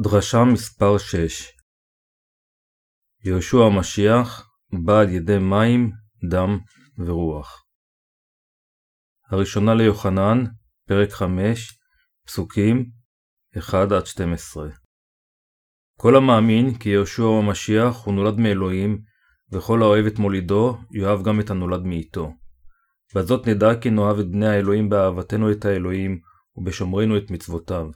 דרשה מספר 6. יהושע המשיח בא על ידי מים, דם ורוח. הראשונה ליוחנן, פרק 5, פסוקים 1-12. כל המאמין כי יהושע המשיח הוא נולד מאלוהים, וכל האוהב את מולידו יאהב גם את הנולד מאיתו. בזאת נדע כי נאהב את בני האלוהים באהבתנו את האלוהים, ובשומרנו את מצוותיו.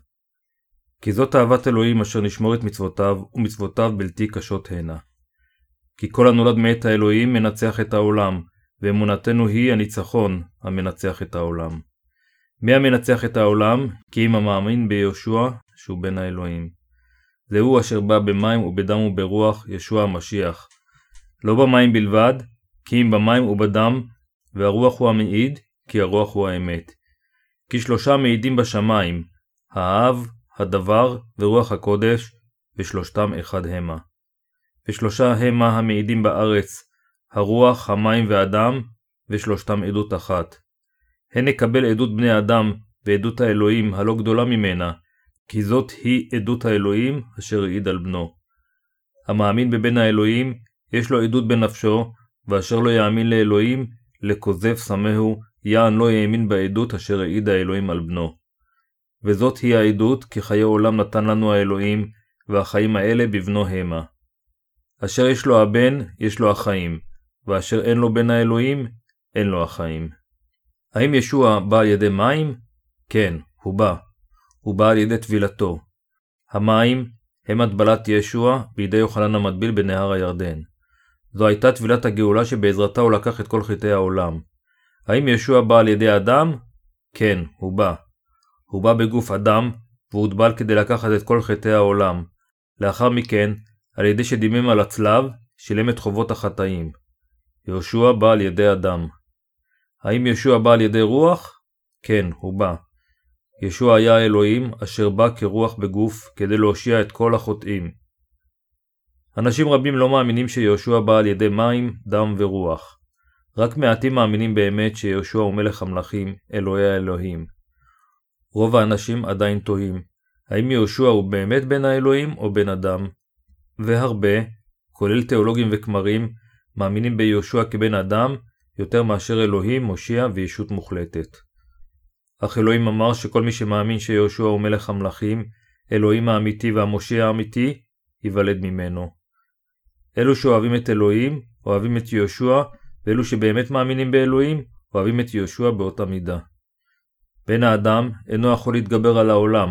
כי זאת אהבת אלוהים אשר נשמור את מצוותיו, ומצוותיו בלתי קשות הנה. כי כל הנולד מאת האלוהים מנצח את העולם, ואמונתנו היא הניצחון המנצח את העולם. מי המנצח את העולם? כי אם המאמין ביהושע שהוא בן האלוהים. זהו אשר בא במים ובדם וברוח, ישוע המשיח. לא במים בלבד, כי אם במים ובדם, והרוח הוא המעיד, כי הרוח הוא האמת. כי שלושה מעידים בשמיים, האב, הדבר ורוח הקודש, ושלושתם אחד המה. ושלושה המה המעידים בארץ, הרוח, המים והדם, ושלושתם עדות אחת. הן נקבל עדות בני אדם, ועדות האלוהים הלא גדולה ממנה, כי זאת היא עדות האלוהים אשר העיד על בנו. המאמין בבן האלוהים, יש לו עדות בנפשו, ואשר לא יאמין לאלוהים, לכוזב שמהו, יען לא יאמין בעדות אשר העיד האלוהים על בנו. וזאת היא העדות, כי חיי עולם נתן לנו האלוהים, והחיים האלה בבנו המה. אשר יש לו הבן, יש לו החיים, ואשר אין לו בן האלוהים, אין לו החיים. האם ישוע בא על ידי מים? כן, הוא בא. הוא בא על ידי טבילתו. המים הם הטבלת ישוע בידי יוחנן המטביל בנהר הירדן. זו הייתה טבילת הגאולה שבעזרתה הוא לקח את כל חטאי העולם. האם ישוע בא על ידי אדם? כן, הוא בא. הוא בא בגוף אדם, והוא טבל כדי לקחת את כל חטאי העולם. לאחר מכן, על ידי שדימם על הצלב, שילם את חובות החטאים. יהושע בא על ידי אדם. האם ישוע בא על ידי רוח? כן, הוא בא. ישוע היה האלוהים אשר בא כרוח בגוף כדי להושיע את כל החוטאים. אנשים רבים לא מאמינים שיהושע בא על ידי מים, דם ורוח. רק מעטים מאמינים באמת שיהושע הוא מלך המלכים, אלוהי האלוהים. רוב האנשים עדיין תוהים, האם יהושע הוא באמת בן האלוהים או בן אדם? והרבה, כולל תיאולוגים וכמרים, מאמינים ביהושע כבן אדם יותר מאשר אלוהים, מושיע וישות מוחלטת. אך אלוהים אמר שכל מי שמאמין שיהושע הוא מלך המלכים, אלוהים האמיתי והמושיע האמיתי, ייוולד ממנו. אלו שאוהבים את אלוהים, אוהבים את יהושע, ואלו שבאמת מאמינים באלוהים, אוהבים את יהושע באותה מידה. בן האדם אינו יכול להתגבר על העולם.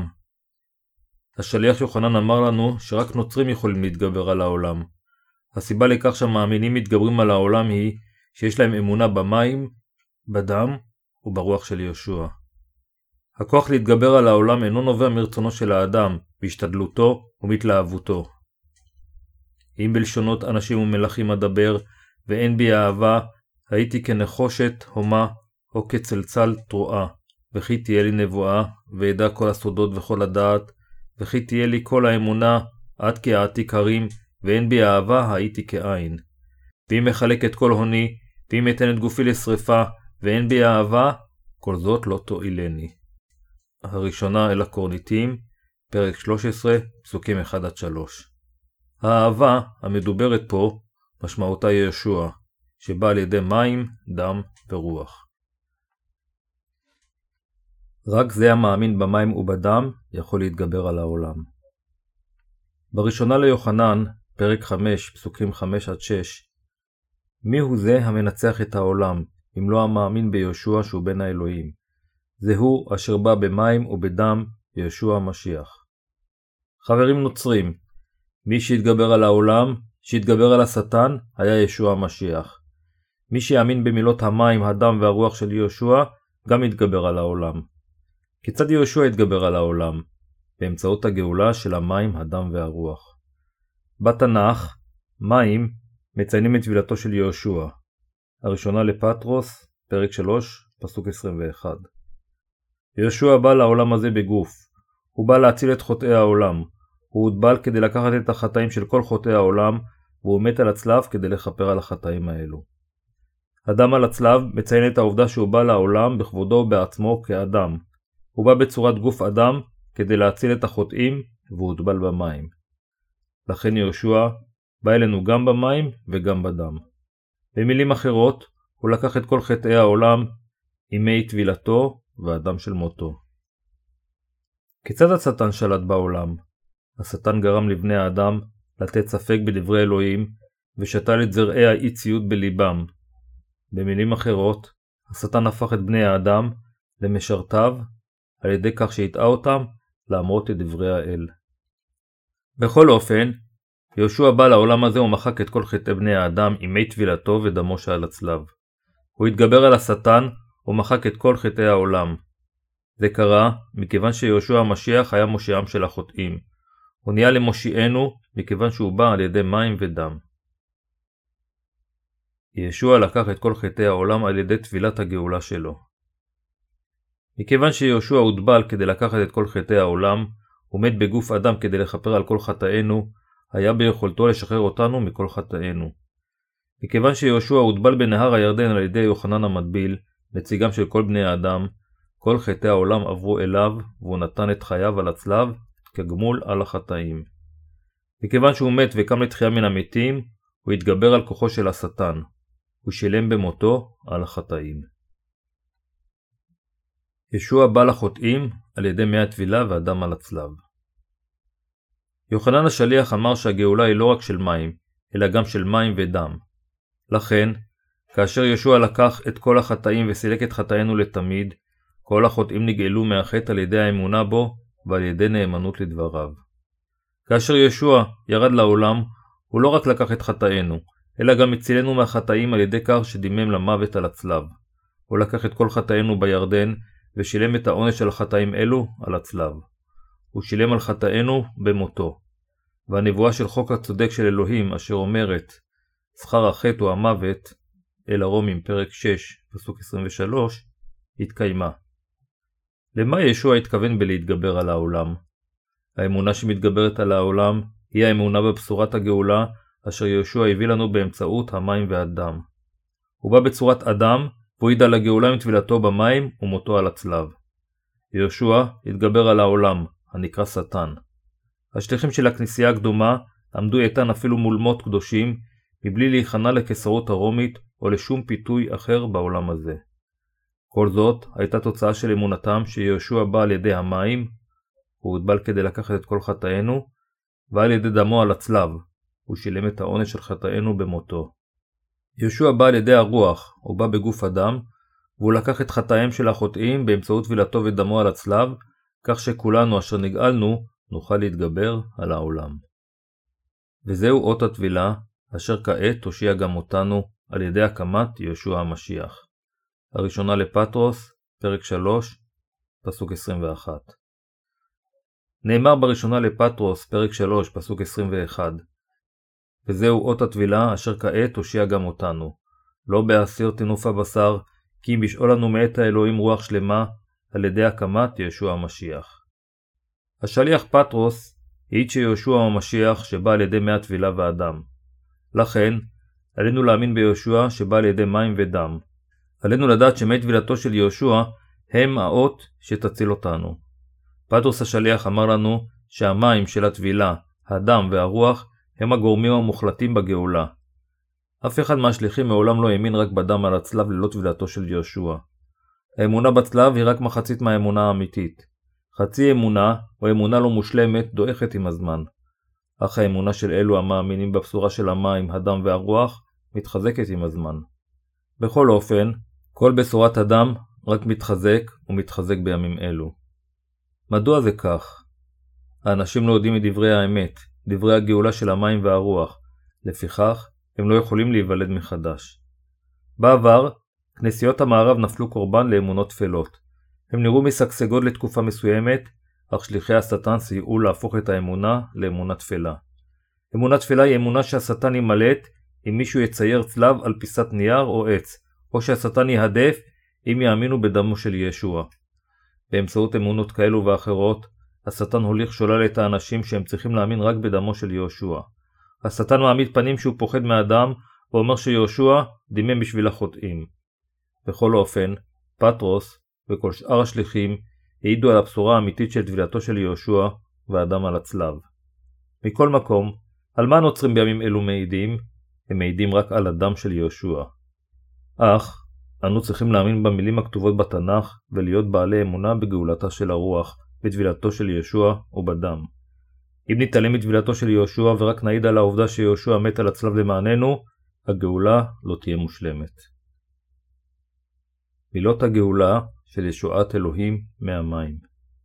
השליח יוחנן אמר לנו שרק נוצרים יכולים להתגבר על העולם. הסיבה לכך שהמאמינים מתגברים על העולם היא שיש להם אמונה במים, בדם וברוח של יהושע. הכוח להתגבר על העולם אינו נובע מרצונו של האדם, בהשתדלותו ומתלהבותו. אם בלשונות אנשים ומלכים אדבר, ואין בי אהבה, הייתי כנחושת, הומה, או כצלצל תרועה. וכי תהיה לי נבואה, וידע כל הסודות וכל הדעת, וכי תהיה לי כל האמונה, עד כי העתיק הרים, ואין בי אהבה, הייתי כעין. ואם מחלק את כל הוני, ואם אתן את גופי לשריפה, ואין בי אהבה, כל זאת לא תועילני. הראשונה אל הקורניתים, פרק 13, פסוקים 1-3. האהבה המדוברת פה, משמעותה יהושע, שבא על ידי מים, דם ורוח. רק זה המאמין במים ובדם יכול להתגבר על העולם. בראשונה ליוחנן, פרק 5, פסוקים 5-6, מי הוא זה המנצח את העולם, אם לא המאמין ביהושע שהוא בן האלוהים? זהו אשר בא במים ובדם, יהושע המשיח. חברים נוצרים, מי שהתגבר על העולם, שהתגבר על השטן, היה יהושע המשיח. מי שיאמין במילות המים, הדם והרוח של יהושע, גם התגבר על העולם. כיצד יהושע התגבר על העולם? באמצעות הגאולה של המים, הדם והרוח. בתנ"ך, מים מציינים את טבילתו של יהושע. הראשונה לפטרוס, פרק 3, פסוק 21. יהושע בא לעולם הזה בגוף. הוא בא להציל את חוטאי העולם. הוא הוטבל כדי לקחת את החטאים של כל חוטאי העולם, והוא מת על הצלב כדי לכפר על החטאים האלו. הדם על הצלב מציין את העובדה שהוא בא לעולם בכבודו ובעצמו כאדם. הוא בא בצורת גוף אדם כדי להציל את החוטאים והוא הוטבל במים. לכן יהושע בא אלינו גם במים וגם בדם. במילים אחרות, הוא לקח את כל חטאי העולם עם מי טבילתו והדם של מותו. כיצד השטן שלט בעולם? השטן גרם לבני האדם לתת ספק בדברי אלוהים ושתל את זרעי האי ציות בליבם. במילים אחרות, השטן הפך את בני האדם למשרתיו על ידי כך שהטעה אותם לאמרות את דברי האל. בכל אופן, יהושע בא לעולם הזה ומחק את כל חטאי בני האדם עם מי טבילתו ודמו שעל הצלב. הוא התגבר על השטן ומחק את כל חטאי העולם. זה קרה מכיוון שיהושע המשיח היה מושיעם של החוטאים. הוא נהיה למושיענו מכיוון שהוא בא על ידי מים ודם. יהושע לקח את כל חטאי העולם על ידי טבילת הגאולה שלו. מכיוון שיהושע הוטבל כדי לקחת את כל חטאי העולם, הוא מת בגוף אדם כדי לכפר על כל חטאינו, היה ביכולתו לשחרר אותנו מכל חטאינו. מכיוון שיהושע הוטבל בנהר הירדן על ידי יוחנן המטביל, נציגם של כל בני האדם, כל חטאי העולם עברו אליו, והוא נתן את חייו על הצלב כגמול על החטאים. מכיוון שהוא מת וקם לתחייה מן המתים, הוא התגבר על כוחו של השטן. הוא שילם במותו על החטאים. ישוע בא לחוטאים על ידי מי הטבילה והדם על הצלב. יוחנן השליח אמר שהגאולה היא לא רק של מים, אלא גם של מים ודם. לכן, כאשר ישוע לקח את כל החטאים וסילק את חטאינו לתמיד, כל החוטאים נגאלו מהחטא על ידי האמונה בו ועל ידי נאמנות לדבריו. כאשר ישוע ירד לעולם, הוא לא רק לקח את חטאינו, אלא גם הצילנו מהחטאים על ידי כך שדימם למוות על הצלב. הוא לקח את כל חטאינו בירדן ושילם את העונש של החטאים אלו על הצלב. הוא שילם על חטאינו במותו. והנבואה של חוק הצודק של אלוהים אשר אומרת שכר החטא הוא המוות, אל הרומים פרק 6 פסוק 23, התקיימה. למה ישוע התכוון בלהתגבר על העולם? האמונה שמתגברת על העולם היא האמונה בבשורת הגאולה אשר יהושע הביא לנו באמצעות המים והדם. הוא בא בצורת אדם והוא ידע לגאולה עם טבילתו במים ומותו על הצלב. יהושע התגבר על העולם, הנקרא שטן. השליחים של הכנסייה הקדומה עמדו איתן אפילו מול מות קדושים, מבלי להיכנע לקיסרות הרומית או לשום פיתוי אחר בעולם הזה. כל זאת הייתה תוצאה של אמונתם שיהושע בא על ידי המים, הוא הוטבל כדי לקחת את כל חטאינו, ועל ידי דמו על הצלב, הוא שילם את העונש של חטאינו במותו. יהושע בא על ידי הרוח, הוא בא בגוף אדם, והוא לקח את חטאיהם של החוטאים באמצעות טבילתו ודמו על הצלב, כך שכולנו אשר נגאלנו נוכל להתגבר על העולם. וזהו אות הטבילה, אשר כעת תושיע גם אותנו על ידי הקמת יהושע המשיח. הראשונה לפטרוס, פרק 3, פסוק 21. נאמר בראשונה לפטרוס, פרק 3, פסוק 21. וזהו אות הטבילה, אשר כעת תושיע גם אותנו. לא בהסיר תנוף הבשר, כי אם בשאול לנו מאת האלוהים רוח שלמה, על ידי הקמת יהושע המשיח. השליח פטרוס העיד שיהושע המשיח שבא על ידי מי הטבילה והדם. לכן, עלינו להאמין ביהושע שבא על ידי מים ודם. עלינו לדעת שמי טבילתו של יהושע הם האות שתציל אותנו. פטרוס השליח אמר לנו שהמים של הטבילה, הדם והרוח הם הגורמים המוחלטים בגאולה. אף אחד מהשליחים מעולם לא האמין רק בדם על הצלב ללא טבילתו של יהושע. האמונה בצלב היא רק מחצית מהאמונה האמיתית. חצי אמונה או אמונה לא מושלמת דועכת עם הזמן. אך האמונה של אלו המאמינים בבשורה של המים, הדם והרוח מתחזקת עם הזמן. בכל אופן, כל בשורת הדם רק מתחזק ומתחזק בימים אלו. מדוע זה כך? האנשים לא יודעים מדברי האמת, דברי הגאולה של המים והרוח, לפיכך הם לא יכולים להיוולד מחדש. בעבר, כנסיות המערב נפלו קורבן לאמונות תפלות. הם נראו משגשגות לתקופה מסוימת, אך שליחי השטן סייעו להפוך את האמונה לאמונה תפלה. אמונה תפלה היא אמונה שהשטן ימלט אם מישהו יצייר צלב על פיסת נייר או עץ, או שהשטן יהדף אם יאמינו בדמו של ישוע. באמצעות אמונות כאלו ואחרות, השטן הוליך שולל את האנשים שהם צריכים להאמין רק בדמו של יהושע. השטן מעמיד פנים שהוא פוחד מהאדם, ואומר שיהושע דימם בשביל החוטאים. בכל אופן, פטרוס וכל שאר השליחים העידו על הבשורה האמיתית של טבילתו של יהושע, והדם על הצלב. מכל מקום, על מה הנוצרים בימים אלו מעידים? הם מעידים רק על הדם של יהושע. אך, אנו צריכים להאמין במילים הכתובות בתנ"ך ולהיות בעלי אמונה בגאולתה של הרוח, בטבילתו של יהושע ובדם. אם נתעלם מטבילתו של יהושע ורק נעיד על העובדה שיהושע מת על הצלב למעננו, הגאולה לא תהיה מושלמת. מילות הגאולה של ישועת אלוהים מהמים.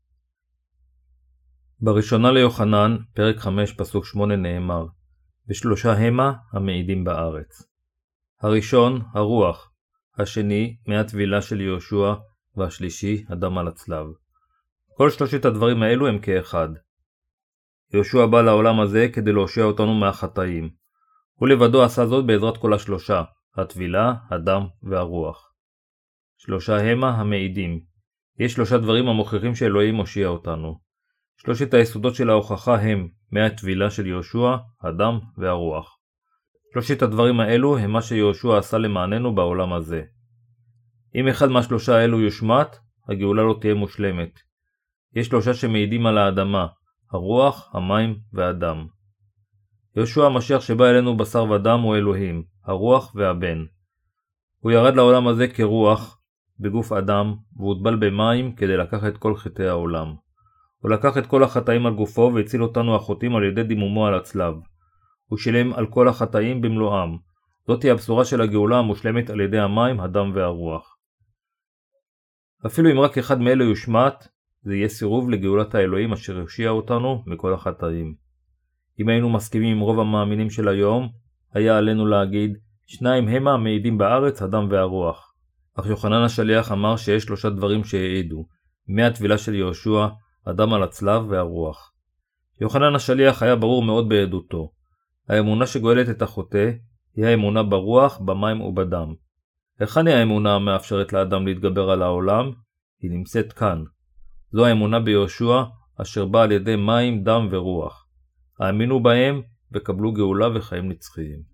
בראשונה ליוחנן, פרק 5 פסוק 8 נאמר, ושלושה המה המעידים בארץ. הראשון, הרוח, השני, מהטבילה של יהושע, והשלישי, הדם על הצלב. כל שלושת הדברים האלו הם כאחד. יהושע בא לעולם הזה כדי להושיע אותנו מהחטאים. הוא לבדו עשה זאת בעזרת כל השלושה, הטבילה, הדם והרוח. שלושה המה המעידים. יש שלושה דברים המוכיחים שאלוהים הושיע אותנו. שלושת היסודות של ההוכחה הם מהטבילה של יהושע, הדם והרוח. שלושת הדברים האלו הם מה שיהושע עשה למעננו בעולם הזה. אם אחד מהשלושה האלו יושמט, הגאולה לא תהיה מושלמת. יש שלושה שמעידים על האדמה, הרוח, המים והדם. יהושע המשיח שבא אלינו בשר ודם הוא אלוהים, הרוח והבן. הוא ירד לעולם הזה כרוח, בגוף אדם, והוטבל במים כדי לקחת את כל חטאי העולם. הוא לקח את כל החטאים על גופו והציל אותנו החוטאים על ידי דימומו על הצלב. הוא שילם על כל החטאים במלואם. זאת היא הבשורה של הגאולה המושלמת על ידי המים, הדם והרוח. אפילו אם רק אחד מאלו יושמט, זה יהיה סירוב לגאולת האלוהים אשר הושיע אותנו מכל החטאים. אם היינו מסכימים עם רוב המאמינים של היום, היה עלינו להגיד, שניים המה המעידים בארץ, הדם והרוח. אך יוחנן השליח אמר שיש שלושה דברים שהעידו, מהטבילה של יהושע, הדם על הצלב והרוח. יוחנן השליח היה ברור מאוד בעדותו. האמונה שגואלת את החוטא היא האמונה ברוח, במים ובדם. היכן היא האמונה המאפשרת לאדם להתגבר על העולם? היא נמצאת כאן. זו האמונה ביהושע אשר באה על ידי מים, דם ורוח. האמינו בהם וקבלו גאולה וחיים נצחיים.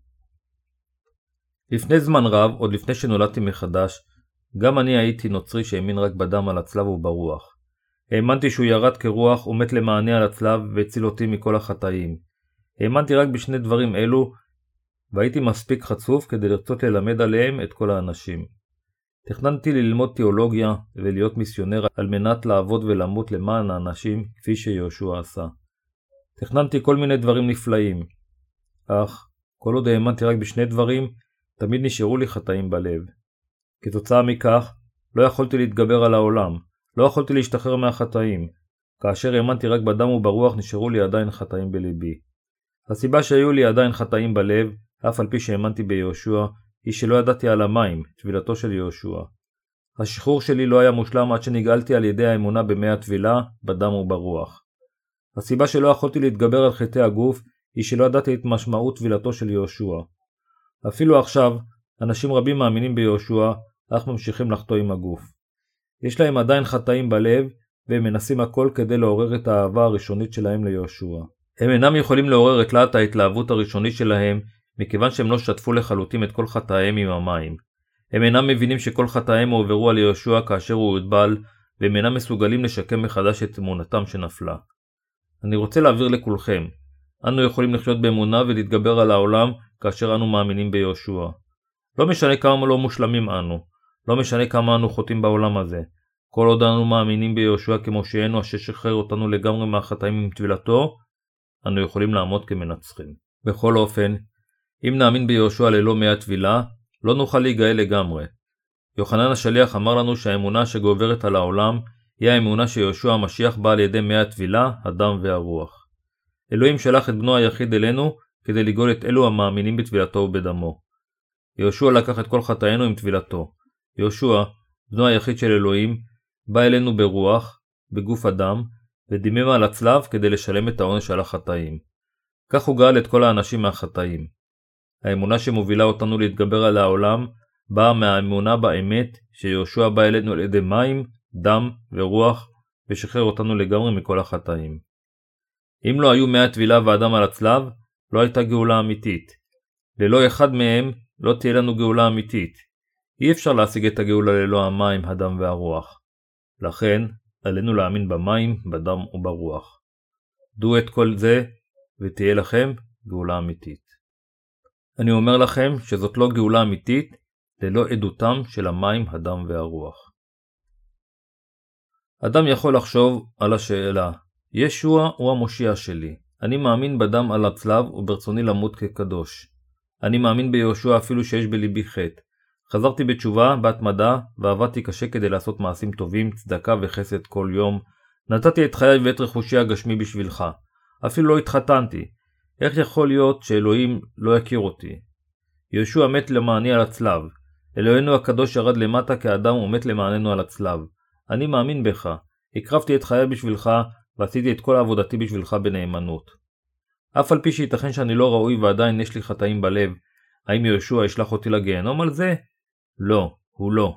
לפני זמן רב, עוד לפני שנולדתי מחדש, גם אני הייתי נוצרי שהאמין רק בדם על הצלב וברוח. האמנתי שהוא ירד כרוח ומת למעני על הצלב והציל אותי מכל החטאים. האמנתי רק בשני דברים אלו, והייתי מספיק חצוף כדי לרצות ללמד עליהם את כל האנשים. תכננתי ללמוד תיאולוגיה ולהיות מיסיונר על מנת לעבוד ולמות למען האנשים כפי שיהושע עשה. תכננתי כל מיני דברים נפלאים. אך, כל עוד האמנתי רק בשני דברים, תמיד נשארו לי חטאים בלב. כתוצאה מכך, לא יכולתי להתגבר על העולם, לא יכולתי להשתחרר מהחטאים. כאשר האמנתי רק בדם וברוח נשארו לי עדיין חטאים בליבי. הסיבה שהיו לי עדיין חטאים בלב, אף על פי שהאמנתי ביהושע, היא שלא ידעתי על המים, טבילתו של יהושע. השחרור שלי לא היה מושלם עד שנגאלתי על ידי האמונה במי הטבילה, בדם וברוח. הסיבה שלא יכולתי להתגבר על חטאי הגוף, היא שלא ידעתי את משמעות טבילתו של יהושע. אפילו עכשיו, אנשים רבים מאמינים ביהושע, אך ממשיכים לחטוא עם הגוף. יש להם עדיין חטאים בלב, והם מנסים הכל כדי לעורר את האהבה הראשונית שלהם ליהושע. הם אינם יכולים לעורר את להט ההתלהבות הראשונית שלהם, מכיוון שהם לא שטפו לחלוטין את כל חטאיהם עם המים. הם אינם מבינים שכל חטאיהם הועברו על יהושע כאשר הוא הוטבל, והם אינם מסוגלים לשקם מחדש את אמונתם שנפלה. אני רוצה להעביר לכולכם. אנו יכולים לחיות באמונה ולהתגבר על העולם כאשר אנו מאמינים ביהושע. לא משנה כמה לא מושלמים אנו. לא משנה כמה אנו חוטאים בעולם הזה. כל עוד אנו מאמינים ביהושע כמושיענו אשר שחרר אותנו לגמרי מהחטאים עם טבילתו, אנו יכולים לעמוד כמנצחים. בכל אופן, אם נאמין ביהושע ללא מי הטבילה, לא נוכל להיגאל לגמרי. יוחנן השליח אמר לנו שהאמונה שגוברת על העולם היא האמונה שיהושע המשיח בא על ידי מי הטבילה, הדם והרוח. אלוהים שלח את בנו היחיד אלינו כדי לגאול את אלו המאמינים בטבילתו ובדמו. יהושע לקח את כל חטאינו עם טבילתו. יהושע, בנו היחיד של אלוהים, בא אלינו ברוח, בגוף אדם, ודימם על הצלב כדי לשלם את העונש על החטאים. כך הוא גאל את כל האנשים מהחטאים. האמונה שמובילה אותנו להתגבר על העולם באה מהאמונה באמת שיהושע בא אלינו על ידי מים, דם ורוח ושחרר אותנו לגמרי מכל החטאים. אם לא היו מי הטבילה והדם על הצלב, לא הייתה גאולה אמיתית. ללא אחד מהם לא תהיה לנו גאולה אמיתית. אי אפשר להשיג את הגאולה ללא המים, הדם והרוח. לכן, עלינו להאמין במים, בדם וברוח. דעו את כל זה ותהיה לכם גאולה אמיתית. אני אומר לכם שזאת לא גאולה אמיתית ללא עדותם של המים, הדם והרוח. אדם יכול לחשוב על השאלה, ישוע הוא המושיע שלי. אני מאמין בדם על הצלב וברצוני למות כקדוש. אני מאמין ביהושע אפילו שיש בליבי חטא. חזרתי בתשובה, בהתמדה, ועבדתי קשה כדי לעשות מעשים טובים, צדקה וחסד כל יום. נתתי את חיי ואת רכושי הגשמי בשבילך. אפילו לא התחתנתי. איך יכול להיות שאלוהים לא יכיר אותי? יהושע מת למעני על הצלב. אלוהינו הקדוש ירד למטה כאדם ומת למעננו על הצלב. אני מאמין בך. הקרבתי את חיי בשבילך ועשיתי את כל עבודתי בשבילך בנאמנות. אף על פי שייתכן שאני לא ראוי ועדיין יש לי חטאים בלב, האם יהושע ישלח אותי לגיהנום על זה? לא, הוא לא.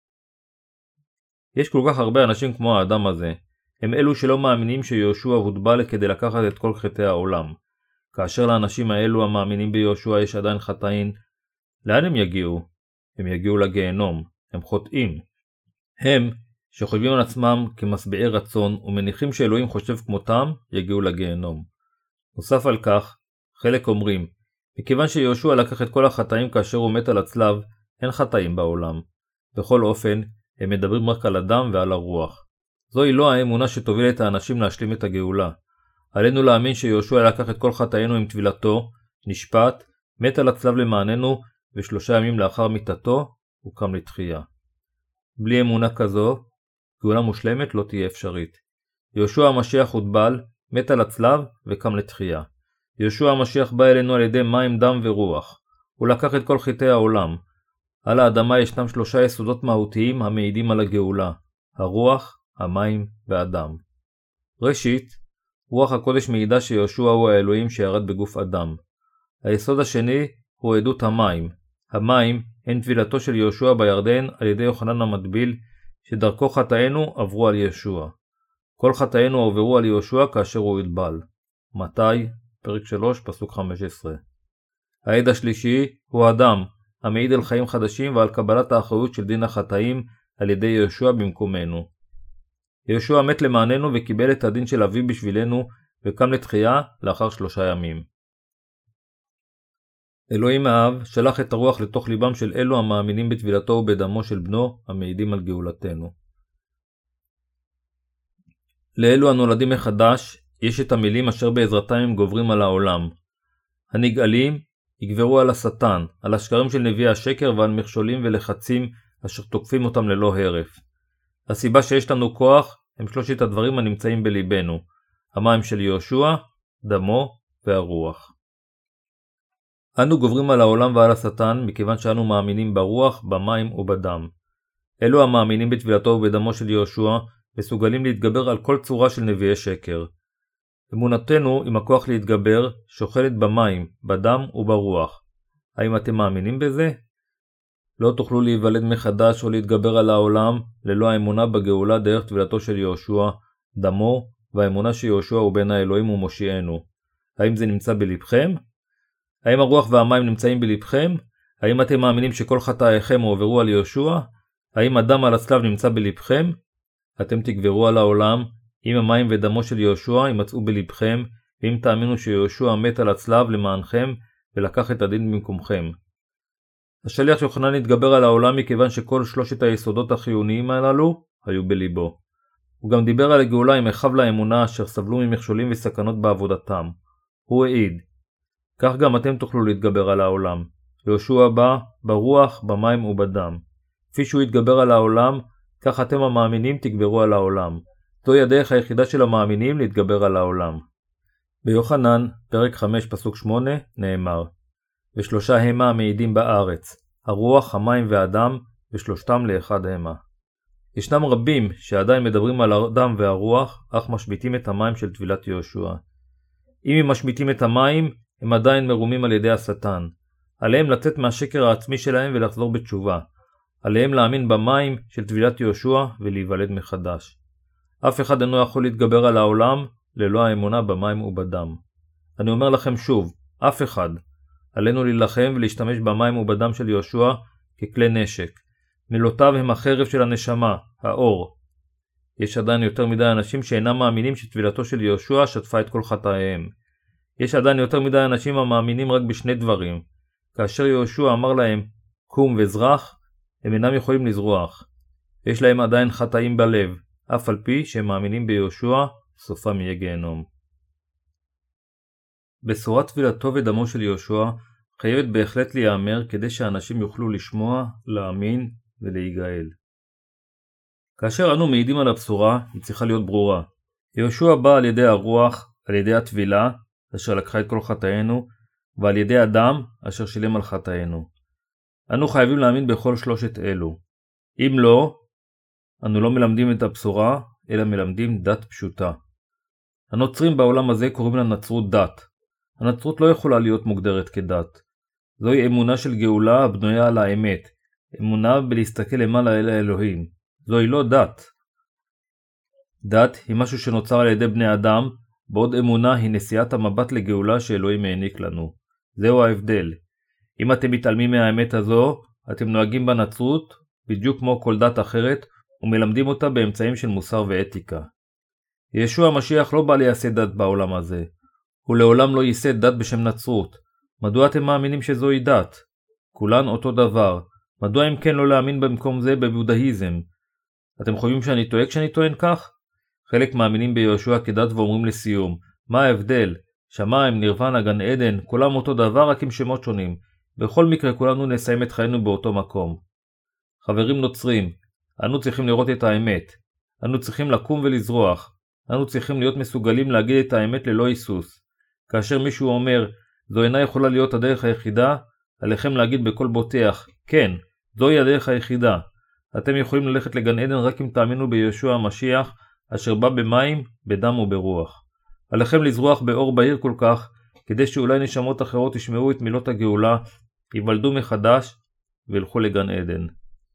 יש כל כך הרבה אנשים כמו האדם הזה. הם אלו שלא מאמינים שיהושע הוטבל כדי לקחת את כל חטאי העולם. כאשר לאנשים האלו המאמינים ביהושע יש עדיין חטאים, לאן הם יגיעו? הם יגיעו לגיהנום. הם חוטאים. הם, שחושבים על עצמם כמשביעי רצון ומניחים שאלוהים חושב כמותם, יגיעו לגיהנום. נוסף על כך, חלק אומרים, מכיוון שיהושע לקח את כל החטאים כאשר הוא מת על הצלב, אין חטאים בעולם. בכל אופן, הם מדברים רק על הדם ועל הרוח. זוהי לא האמונה שתוביל את האנשים להשלים את הגאולה. עלינו להאמין שיהושע לקח את כל חטאינו עם טבילתו, נשפט, מת על הצלב למעננו, ו3 ימים לאחר מיתתו, הוא קם לתחייה. בלי אמונה כזו, גאולה מושלמת לא תהיה אפשרית. יהושע המשיח הוטבל, מת על הצלב וקם לתחייה. יהושע המשיח בא אלינו על ידי מים, דם ורוח. הוא לקח את כל חטאי העולם. על האדמה ישנם 3 יסודות מהותיים המעידים על הגאולה, הרוח, המים והדם. ראשית, רוח הקודש מעידה שיהושע הוא האלוהים שירד בגוף אדם. היסוד השני הוא עדות המים. המים הן טבילתו של יהושע בירדן על ידי יוחנן המטביל, שדרכו חטאינו עברו על יהושע. כל חטאינו עברו על יהושע כאשר הוא הוטבל. מתי? פרק 3, פסוק 15. העד השלישי הוא הדם, המעיד על חיים חדשים ועל קבלת האחריות של דין החטאים על ידי יהושע במקומנו. יהושע מת למעננו וקיבל את הדין של אביו בשבילנו וקם לתחייה לאחר 3 ימים. אלוהים האב שלח את הרוח לתוך ליבם של אלו המאמינים בטבילתו ובדמו של בנו המעידים על גאולתנו. לאלו הנולדים מחדש יש את המילים אשר בעזרתם הם גוברים על העולם. הנגאלים יגברו על השטן, על השקרים של נביאי השקר ועל מכשולים ולחצים אשר תוקפים אותם ללא הרף. הסיבה שיש לנו כוח הם 3 הדברים הנמצאים בליבנו, המים של יהושע, דמו והרוח. אנו גוברים על העולם ועל השטן מכיוון שאנו מאמינים ברוח, במים ובדם. אלו המאמינים בטבילתו ובדמו של יהושע מסוגלים להתגבר על כל צורה של נביאי שקר. אמונתנו עם הכוח להתגבר שוכנת במים, בדם וברוח. האם אתם מאמינים בזה? לא תוכלו להיוולד מחדש או להתגבר על העולם ללא האמונה בגאולה דרך טבילתו של יהושע, דמו והאמונה שיהושע הוא בן האלוהים ומושיענו. האם זה נמצא בלבכם? האם הרוח והמים נמצאים בלבכם? האם אתם מאמינים שכל חטאיכם הועברו על יהושע? האם הדם על הצלב נמצא בלבכם? אתם תגברו על העולם אם המים ודמו של יהושע יימצאו בלבכם, ואם תאמינו שיהושע מת על הצלב למענכם ולקח את הדין במקומכם. השליח יוחנן התגבר על העולם מכיוון שכל 3 היסודות החיוניים הללו היו בליבו. הוא גם דיבר על הגאולה עם אחיו לאמונה אשר סבלו ממכשולים וסכנות בעבודתם. הוא העיד, כך גם אתם תוכלו להתגבר על העולם. יהושע בא ברוח, במים ובדם. כפי שהוא התגבר על העולם, כך אתם המאמינים תגברו על העולם. זוהי הדרך היחידה של המאמינים להתגבר על העולם. ביוחנן, פרק 5 פסוק 8, נאמר, ו3 המה המעידים בארץ, הרוח, המים והדם, ושלושתם לאחד המה. ישנם רבים שעדיין מדברים על הדם והרוח, אך משמיטים את המים של טבילת יהושע. אם הם משמיטים את המים, הם עדיין מרומים על ידי השטן. עליהם לצאת מהשקר העצמי שלהם ולחזור בתשובה. עליהם להאמין במים של טבילת יהושע ולהיוולד מחדש. אף אחד אינו יכול להתגבר על העולם ללא האמונה במים ובדם. אני אומר לכם שוב, אף אחד. עלינו להילחם ולהשתמש במים ובדם של יהושע ככלי נשק. מילותיו הם החרב של הנשמה, האור. יש עדיין יותר מדי אנשים שאינם מאמינים שטבילתו של יהושע שטפה את כל חטאיהם. יש עדיין יותר מדי אנשים המאמינים רק בשני דברים. כאשר יהושע אמר להם, קום וזרח, הם אינם יכולים לזרוח. יש להם עדיין חטאים בלב, אף על פי שהם מאמינים ביהושע, סופם יהיה גיהנום. בשורת טבילתו ודמו של יהושע חייבת בהחלט להיאמר כדי שאנשים יוכלו לשמוע, להאמין ולהיגאל. כאשר אנו מעידים על הבשורה, היא צריכה להיות ברורה. יהושע בא על ידי הרוח, על ידי הטבילה, אשר לקחה את כל חטאינו, ועל ידי הדם, אשר שילם על חטאינו. אנו חייבים להאמין בכל שלושת אלו. אם לא, אנו לא מלמדים את הבשורה, אלא מלמדים דת פשוטה. הנוצרים בעולם הזה קוראים לנצרות דת. הנצרות לא יכולה להיות מוגדרת כדת. זוהי אמונה של גאולה הבנויה על האמת, אמונה בלהסתכל למעלה אל האלוהים. זוהי לא דת. דת היא משהו שנוצר על ידי בני אדם, בעוד אמונה היא נשיאת המבט לגאולה שאלוהים העניק לנו. זהו ההבדל. אם אתם מתעלמים מהאמת הזו, אתם נוהגים בנצרות בדיוק כמו כל דת אחרת, ומלמדים אותה באמצעים של מוסר ואתיקה. ישוע המשיח לא בא לייסד דת בעולם הזה. הוא לעולם לא ייסד דת בשם נצרות. מדוע אתם מאמינים שזוהי דת? כולן אותו דבר. מדוע אם כן לא להאמין במקום זה בבודהיזם? אתם חושבים שאני טועה כשאני טוען כך? חלק מאמינים ביהושע כדת ואומרים לסיום, מה ההבדל? שמיים, נירוונה, גן עדן, כולם אותו דבר רק עם שמות שונים. בכל מקרה כולנו נסיים את חיינו באותו מקום. חברים נוצרים, אנו צריכים לראות את האמת. אנו צריכים לקום ולזרוח. אנו צריכים להיות מסוגלים להגיד את האמת ללא היסוס. כאשר מישהו אומר, זו אינה יכולה להיות הדרך היחידה, עליכם להגיד בקול בוטח, כן, זוהי הדרך היחידה. אתם יכולים ללכת לגן עדן רק אם תאמינו ביהושע המשיח, אשר בא במים, בדם וברוח. עליכם לזרוח באור בהיר כל כך, כדי שאולי נשמות אחרות ישמעו את מילות הגאולה, ייוולדו מחדש וילכו לגן עדן.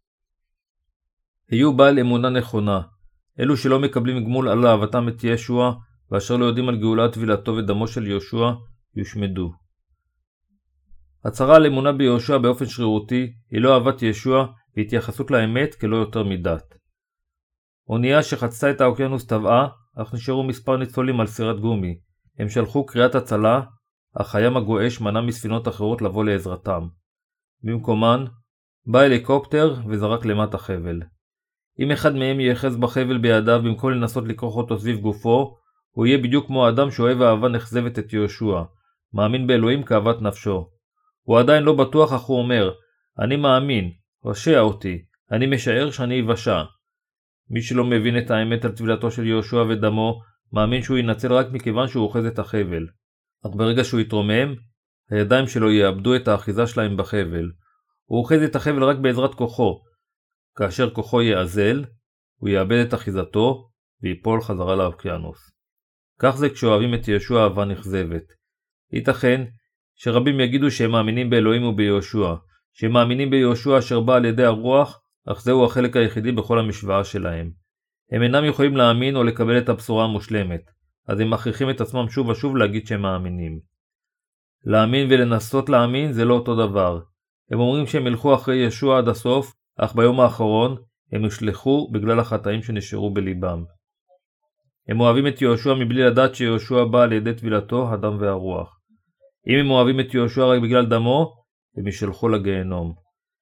היו בעל אמונה נכונה. אלו שלא מקבלים גמול על אהבתם את ישוע, ואשר לא יודעים על גאולת טבילתו ודמו של יהושע, יושמדו. הצהרה על אמונה ביהושע באופן שרירותי היא לא אהבת ישוע והתייחסות לאמת כלא יותר מדת. אונייה שחצתה את האוקיינוס טבעה, אך נשארו מספר ניצולים על סירת גומי. הם שלחו קריאת הצלה, אך הים הגועש מנע מספינות אחרות לבוא לעזרתם. במקומן, בא הליקופטר וזרק למטה חבל. אם אחד מהם ייחז בחבל בידיו במקום לנסות לכרוך אותו סביב גופו, הוא יהיה בדיוק כמו האדם שאוהב אהבה נחזבת את יהושע, מאמין באלוהים כאוות נפשו. הוא עדיין לא בטוח אך הוא אומר, אני מאמין, הושע אותי, אני משער שאני יבשע. מי שלא מבין את האמת על טבילתו של יהושע ודמו, מאמין שהוא ינצל רק מכיוון שהוא אוחז את החבל. אך ברגע שהוא יתרומם, הידיים שלו יאבדו את האחיזה שלהם בחבל. הוא אוחז את החבל רק בעזרת כוחו. כאשר כוחו יאזל, הוא יאבד את אחיזתו ויפול חזרה לאוקיינוס. כך זה כשאוהבים את יהושע אהבה נכזבת. ייתכן שרבים יגידו שהם מאמינים באלוהים וביהושע, שהם מאמינים ביהושע אשר בא על ידי הרוח, אך זהו החלק היחידי בכל המשוואה שלהם. הם אינם יכולים להאמין או לקבל את הבשורה המושלמת, אז הם מכריחים את עצמם שוב ושוב להגיד שהם מאמינים. להאמין ולנסות להאמין זה לא אותו דבר. הם אומרים שהם ילכו אחרי ישוע עד הסוף, אך ביום האחרון הם ישלחו בגלל החטאים שנשארו בליבם. הם אוהבים את יהושע מבלי לדעת שיהושע בא על ידי טבילתו, הדם והרוח. אם הם אוהבים את יהושע רק בגלל דמו, הם ישלחו לגיהנום.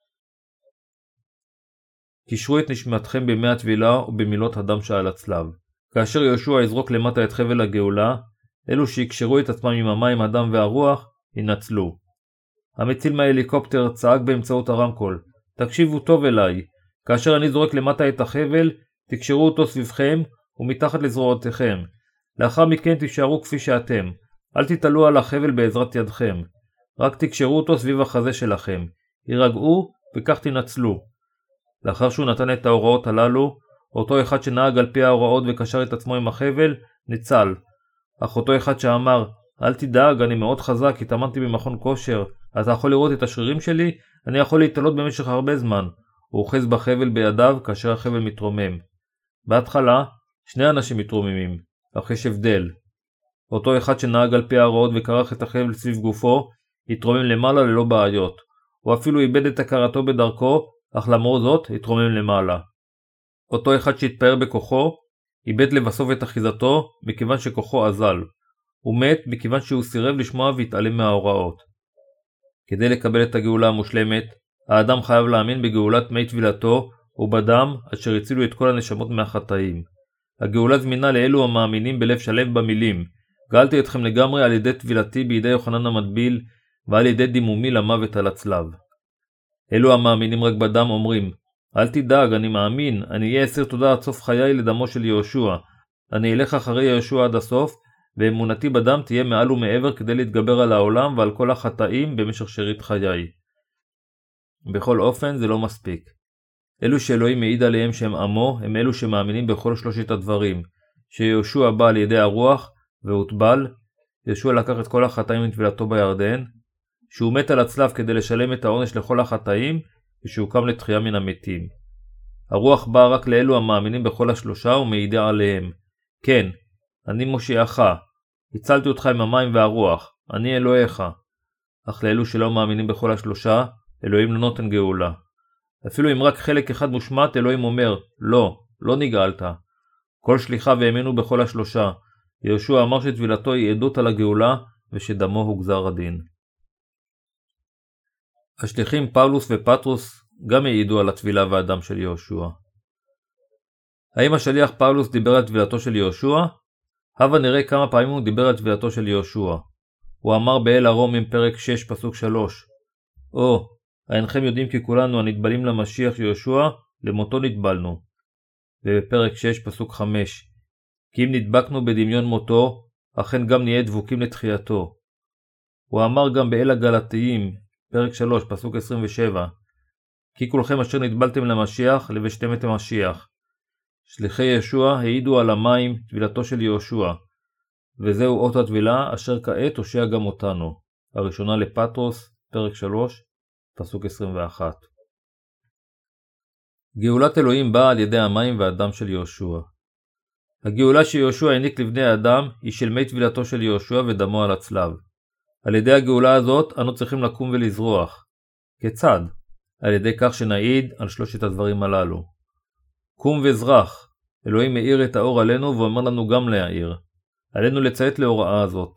קישרו את נשמתכם במי הטבילה ובמילות הדם שעל הצלב. כאשר יהושע יזרוק למטה את חבל הגאולה, אלו שיקשרו את עצמם עם המים, הדם והרוח, ינצלו. המציל מההליקופטר צעק באמצעות הרמקול, תקשיבו טוב אליי, כאשר אני זורק למטה את החבל, תקשרו אותו סביבכם ומתחת לזרועותיכם. לאחר מכן תישארו כפי שאתם, אל תתעלו על החבל בעזרת ידכם. רק תקשרו אותו סביב החזה שלכם, יירגעו וכך תנצלו. לאחר שהוא נתן את ההוראות הללו, אותו אחד שנהג על פי ההוראות וקשר את עצמו עם החבל, ניצל. אך אותו אחד שאמר, אל תדאג, אני מאוד חזק, התאמנתי במכון כושר, אתה יכול לראות את השרירים שלי, אני יכול להתעלות במשך הרבה זמן. הוא אוחז בחבל בידיו כאשר החבל מתרומם. בהתחלה, שני אנשים מתרוממים, אך יש הבדל. אותו אחד שנהג על פי ההוראות וקרח את החבל סביב גופו, התרומם למעלה ללא בעיות. הוא אפילו איבד את הכרתו בדרכו, אך למרות זאת התרומם למעלה. אותו אחד שהתפאר בכוחו, איבד לבסוף את אחיזתו מכיוון שכוחו אזל. הוא מת מכיוון שהוא סירב לשמוע והתעלם מההוראות. כדי לקבל את הגאולה המושלמת, האדם חייב להאמין בגאולת מי טבילתו ובדם אשר הצילו את כל הנשמות מהחטאים. הגאולה זמינה לאלו המאמינים בלב שלם במילים: גאלתי אתכם לגמרי על ידי טבילתי בידי יוחנן המטביל ועל ידי דימומי למוות על הצלב. אלו המאמינים רק בדם אומרים: אל תדאג, אני מאמין, אני אהיה אסיר תודה עד סוף חיי לדמו של יהושע. אני אלך אחרי יהושע עד הסוף, ואמונתי בדם תהיה מעל ומעבר כדי להתגבר על העולם ועל כל החטאים במשך שארית חיי. בכל אופן זה לא מספיק. אלו שאלוהים מעיד עליהם שהם עמו, הם אלו שמאמינים בכל שלושת הדברים: שיהושע בא על ידי הרוח והוטבל, יהושע לקח את כל החטאים מטבילתו בירדן, שהוא מת על הצלב כדי לשלם את העונש לכל החטאים, ושהוא קם לתחייה מן המתים. הרוח באה רק לאלו המאמינים בכל השלושה ומעידה עליהם: כן, אני מושיעך, הצלתי אותך עם המים והרוח, אני אלוהיך. אך לאלו שלא מאמינים בכל השלושה, אלוהים לא נותן גאולה. אפילו אם רק חלק אחד מושמט, אלוהים אומר: לא נגאלת. כל שליחיו האמינו בכל השלושה. יהושע אמר שטבילתו היא עדות על הגאולה ושדמו הוא גזר הדין. השליחים פאולוס ופטרוס גם העידו על הטבילה והדם של יהושע. האם השליח פאולוס דיבר על טבילתו של יהושע? הבה נראה כמה פעמים הוא דיבר על טבילתו של יהושע. הוא אמר באל הרומים פרק 6 פסוק 3: אינכם יודעים כי כולנו הנטבלים למשיח יהושע למותו נטבלנו. ובפרק 6 פסוק 5: כי אם נדבקנו בדמיון מותו, אכן גם נהיה דבוקים לתחייתו. הוא אמר גם באל הגלתיים פרק 3 פסוק 27: כי כולכם אשר נטבלתם למשיח לבשתם את המשיח. שליחי יהושע העידו על המים טבילתו של יהושע, וזהו אות הטבילה אשר כעת הושיע גם אותנו. הראשונה לפטרוס פרק 3 פסוק 21. גאולת אלוהים באה על ידי המים והדם של יהושע. הגאולה שיהושע העניק לבני האדם היא של מי טבילתו של יהושע ודמו על הצלב. על ידי הגאולה הזאת אנו צריכים לקום ולזרוח. כיצד? על ידי כך שנעיד על שלושת הדברים הללו. קום וזרח. אלוהים מאיר את האור עלינו ואומר לנו גם להאיר. עלינו לציית להוראה הזאת.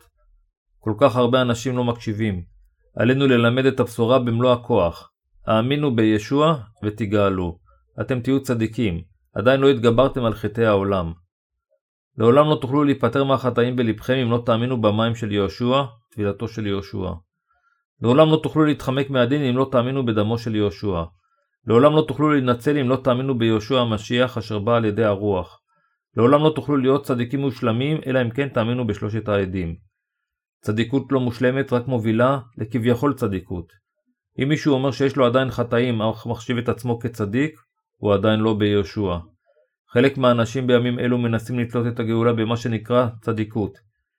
כל כך הרבה אנשים לא מקשיבים. עלינו ללמד את הבשורה במלוא הכוח. האמינו בישוע ותגאלו. אתם תהיו צדיקים. עדיין לא התגברתם על חטאי העולם. לעולם לא תוכלו להיפטר מהחטאים בלבכם אם לא תאמינו במים של יהושע, טבילתו של יהושע. לעולם לא תוכלו להתחמק מהדין אם לא תאמינו בדמו של יהושע. לעולם לא תוכלו להינצל אם לא תאמינו ביהושע המשיח אשר בא על ידי הרוח. לעולם לא תוכלו להיות צדיקים מושלמים אלא אם כן תאמינו בשלושת העדים. צדיקות לא מושלמת רק מובילה לכביכול צדיקות. אם מישהו אומר שיש לו עדיין חטאים אך מחשיב את עצמו כצדיק, הוא עדיין לא ביהושע. חלק מהאנשים בימים אלו מנסים לתלות את הגאולה במה שנקרא צדיקות.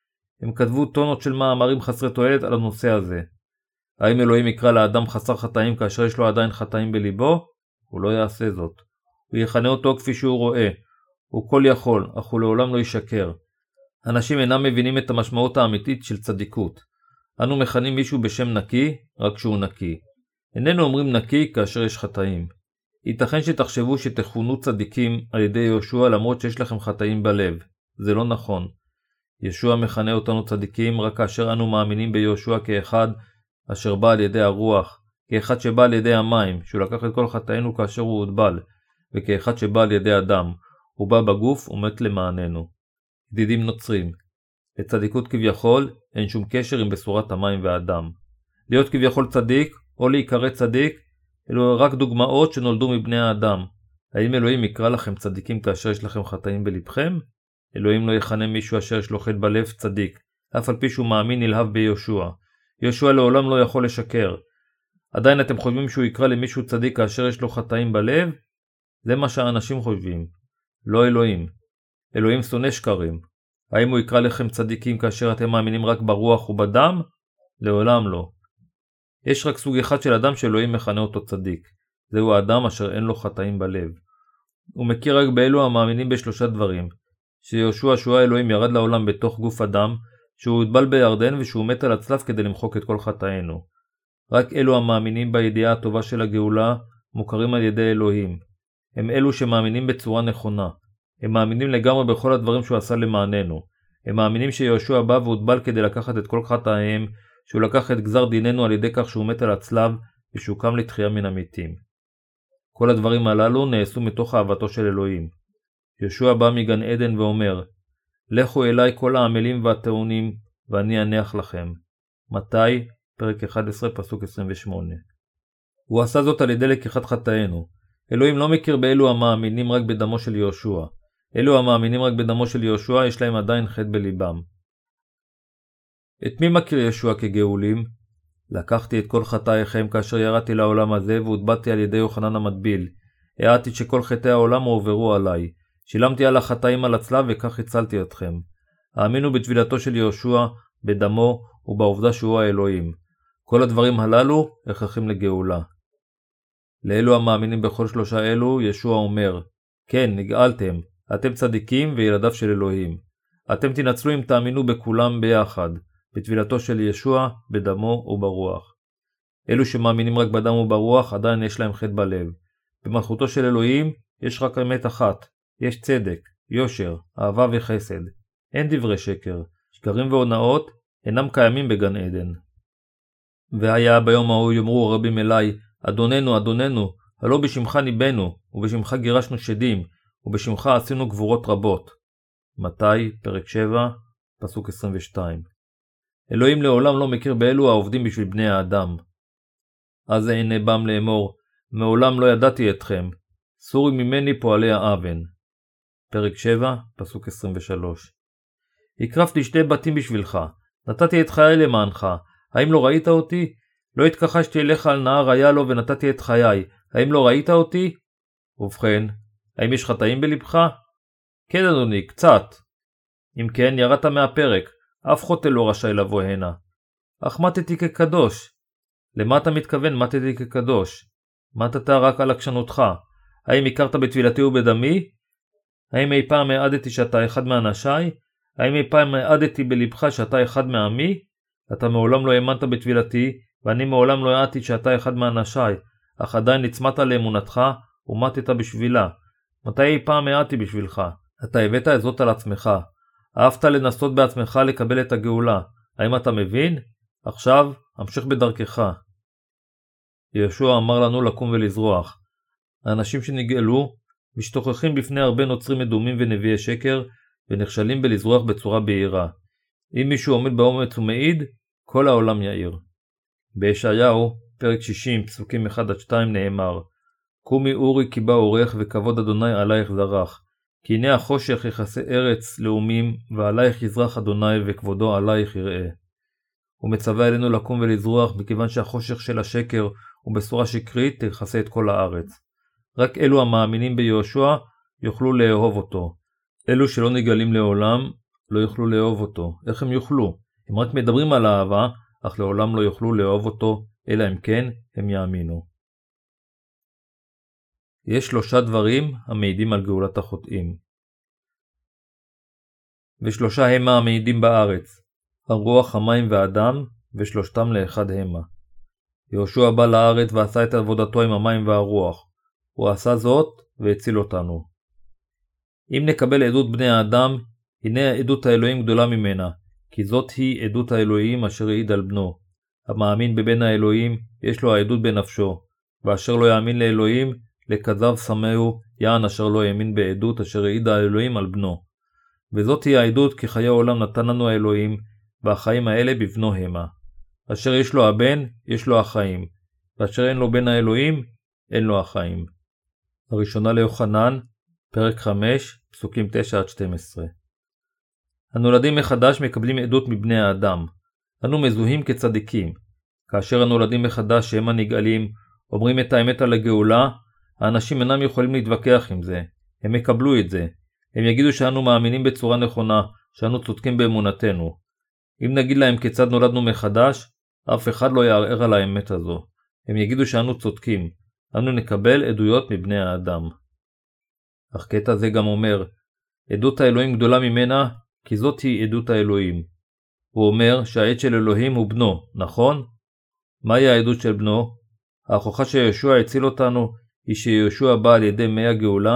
הם כתבו טונות של מאמרים חסרי תועלת על הנושא הזה. האם אלוהים יקרא לאדם חסר חטאים כאשר יש לו עדיין חטאים בליבו? הוא לא יעשה זאת. הוא יכנה אותו כפי שהוא רואה. הוא כל יכול, אך הוא לעולם לא ישקר. אנשים אינם מבינים את המשמעות האמיתית של צדיקות. אנו מכנים מישהו בשם נקי, רק שהוא נקי. איננו אומרים נקי כאשר יש חטאים. ייתכן שתחשבו שתכונו צדיקים על ידי יהושע למרות שיש לכם חטאים בלב. זה לא נכון. יהושע מכנה אותנו צדיקים רק כאשר אנו מאמינים ביהושע כאחד אשר בא על ידי הרוח, כאחד שבא על ידי המים, שהוא לקח את כל חטאינו כאשר הוא הוטבל, וכאחד שבא על ידי הדם, הוא בא בגוף ומת למעננו. ידידים נוצרים, לצדיקות כביכול אין שום קשר עם בשורת המים והדם. להיות כביכול צדיק או להיקרא צדיק אלו רק דוגמאות שנולדו מבני האדם. האם אלוהים יקרא לכם צדיקים כאשר יש לכם חטאים בלבכם? אלוהים לא יכנה מישהו אשר יש לו חטא בלב צדיק, אף על פי שהוא מאמין נלהב ביהושע. יהושע לעולם לא יכול לשקר. עדיין אתם חושבים שהוא יקרא למישהו צדיק כאשר יש לו חטאים בלב? זה מה שהאנשים חושבים. לא אלוהים. אלוהים שונא שקרים. האם הוא יקרא לכם צדיקים כאשר אתם מאמינים רק ברוח ובדם? לעולם לא. יש רק סוג אחד של אדם שאלוהים מכנה אותו צדיק. זהו האדם אשר אין לו חטאים בלב. הוא מכיר רק באלו המאמינים בשלושה דברים. שיהושע שהוא האלוהים ירד לעולם בתוך גוף אדם, שהוא הוטבל בירדן ושהוא מת על הצלב כדי למחוק את כל חטאינו. רק אלו המאמינים בידיעה הטובה של הגאולה מוכרים על ידי אלוהים. הם אלו שמאמינים בצורה נכונה. הם מאמינים לגמרי בכל הדברים שהוא עשה למעננו. הם מאמינים שיהושע בא והוטבל כדי לקחת את כל חטאיהם, שהוא לקח את גזר דיננו על ידי כך שהוא מת על הצלב ושהוא קם לתחייה מן המתים. כל הדברים הללו נעשו מתוך אהבתו של אלוהים. יהושע בא מגן עדן ואומר, לכו אליי כל העמלים והטעונים ואני אניח לכם. מתי? פרק 11 פסוק 28. הוא עשה זאת על ידי לקיחת חטאינו. אלוהים לא מכיר באלו המאמינים רק בדמו של יהושע. אלו המאמינים רק בדמו של יהושע יש להם עדיין חטא בליבם. את מי מכיר יהושע כגאולים? לקחתי את כל חטאיכם כאשר ירדתי לעולם הזה והוטבעתי על ידי יוחנן המטביל. העדתי שכל חטאי העולם הועברו עליי. שילמתי על החטאים על הצלב וכך הצלתי אתכם. האמינו בטבילתו של יהושע, בדמו ובעובדה שהוא האלוהים. כל הדברים הללו הכרחים לגאולה. לאלו המאמינים בכל שלושה אלו, ישוע אומר, כן, נגאלתם, אתם צדיקים וילדיו של אלוהים. אתם תנצלו אם תאמינו בכולם ביחד, בטבילתו של ישוע, בדמו וברוח. אלו שמאמינים רק בדם וברוח, עדיין יש להם חטא בלב. במלכותו של אלוהים יש רק אמת אחת, יש צדק, יושר, אהבה וחסד. אין דברי שקר, שקרים והונאות אינם קיימים בגן עדן. והיה ביום ההוא יאמרו רבים אליי, אדוננו, אדוננו, הלא בשמך ניבאנו, ובשמך גירשנו שדים, ובשמך עשינו גבורות רבות. מתי? פרק 7, פסוק 22. אלוהים לעולם לא מכיר באלו העובדים בשביל בני האדם. אז הנה בם לאמור, מעולם לא ידעתי אתכם, סורי ממני פועלי האבן. פרק 7, פסוק 23. הקרבתי 2 בתים בשבילך, נתתי את חיי למענך, האם לא ראית אותי? לא התכחשתי אליך על נהר היאלו ונתתי את חיי, האם לא ראית אותי? ובכן, האם יש חטאים בלבך? כן אדוני, קצת. אם כן, ירדת מהפרק, אף חוטא לא רשאי לבוא הנה. אך מתתי כקדוש. למה אתה מתכוון מתתי כקדוש? מתת רק על עקשנותך. האם הכרת בטבילתי ובדמי? האם אי פעם העדתי שאתה אחד מאנשיי? האם אי פעם העדתי בלבך שאתה אחד מעמי? אתה מעולם לא האמנת בטבילתי, ואני מעולם לא העדתי שאתה אחד מאנשיי, אך עדיין נצמת לאמונתך ומתת בשבילה. מתי אי פעם העדתי בשבילך? אתה הבאת את זאת על עצמך. אהבת לנסות בעצמך לקבל את הגאולה. האם אתה מבין? עכשיו, המשך בדרכך. יהושע אמר לנו לקום ולזרוח. האנשים שנגאלו משתוכחים בפני הרבה נוצרים מדומים ונביאי שקר, ונכשלים בלזרוח בצורה בהירה. אם מישהו עומד באומץ ומעיד, כל העולם יאיר. בישעיהו, פרק 60, פסוקים 1-2 נאמר, קומי אורי כי בא אורך וכבוד אדוני עלייך זרח. כי הנה החושך יכסה ארץ לאומים, ועלייך יזרח אדוני וכבודו עלייך יראה. הוא מצווה עלינו לקום ולזרוח, מכיוון שהחושך של השקר ובשורה שקרית תכסה את כל הארץ. רק אלו המאמינים ביהושע יוכלו לאהוב אותו. אלו שלא נגלים לעולם לא יוכלו לאהוב אותו. איך הם יוכלו? הם רק מדברים על אהבה, אך לעולם לא יוכלו לאהוב אותו, אלא אם כן הם יאמינו. יש 3 דברים המעידים על גאולת החוטאים. ו3 המה המעידים בארץ, הרוח, המים והאדם, ושלושתם לאחד המה. יהושע בא לארץ ועשה את עבודתו עם המים והרוח. הוא עשה זאת והציל אותנו. אם נקבל עדות בני האדם, הנה עדות האלוהים גדולה ממנה, כי זאת היא עדות האלוהים אשר העיד על בנו. המאמין בבן האלוהים יש לו העדות בנפשו, ואשר לא יאמין לאלוהים, לכזב שמהו, יען אשר לא האמין בעדות אשר העיד האלוהים על בנו. וזאת היא העדות כי חיי העולם נתן לנו האלוהים, והחיים האלה בבנו המה. אשר יש לו הבן, יש לו החיים, ואשר אין לו בן האלוהים, אין לו החיים. הראשונה ליוחנן, פרק 5, פסוקים 9-12. הנולדים מחדש מקבלים עדות מבני האדם. אנו מזוהים כצדיקים. כאשר הנולדים מחדש שהם הנגאלים, אומרים את האמת על הגאולה, האנשים אינם יכולים להתווכח עם זה. הם יקבלו את זה. הם יגידו שאנו מאמינים בצורה נכונה, שאנו צודקים באמונתנו. אם נגיד להם כיצד נולדנו מחדש, אף אחד לא יערער על האמת הזו. הם יגידו שאנו צודקים. אנו נקבל עדויות מבני האדם. אך קטע זה גם אומר, עדות האלוהים גדולה ממנה, כי זאת היא עדות האלוהים. הוא אומר שהעד של אלוהים הוא בנו, נכון? מהי העדות של בנו? ההוכחה שיהושע הציל אותנו היא שיהושע בא על ידי מי הגאולה,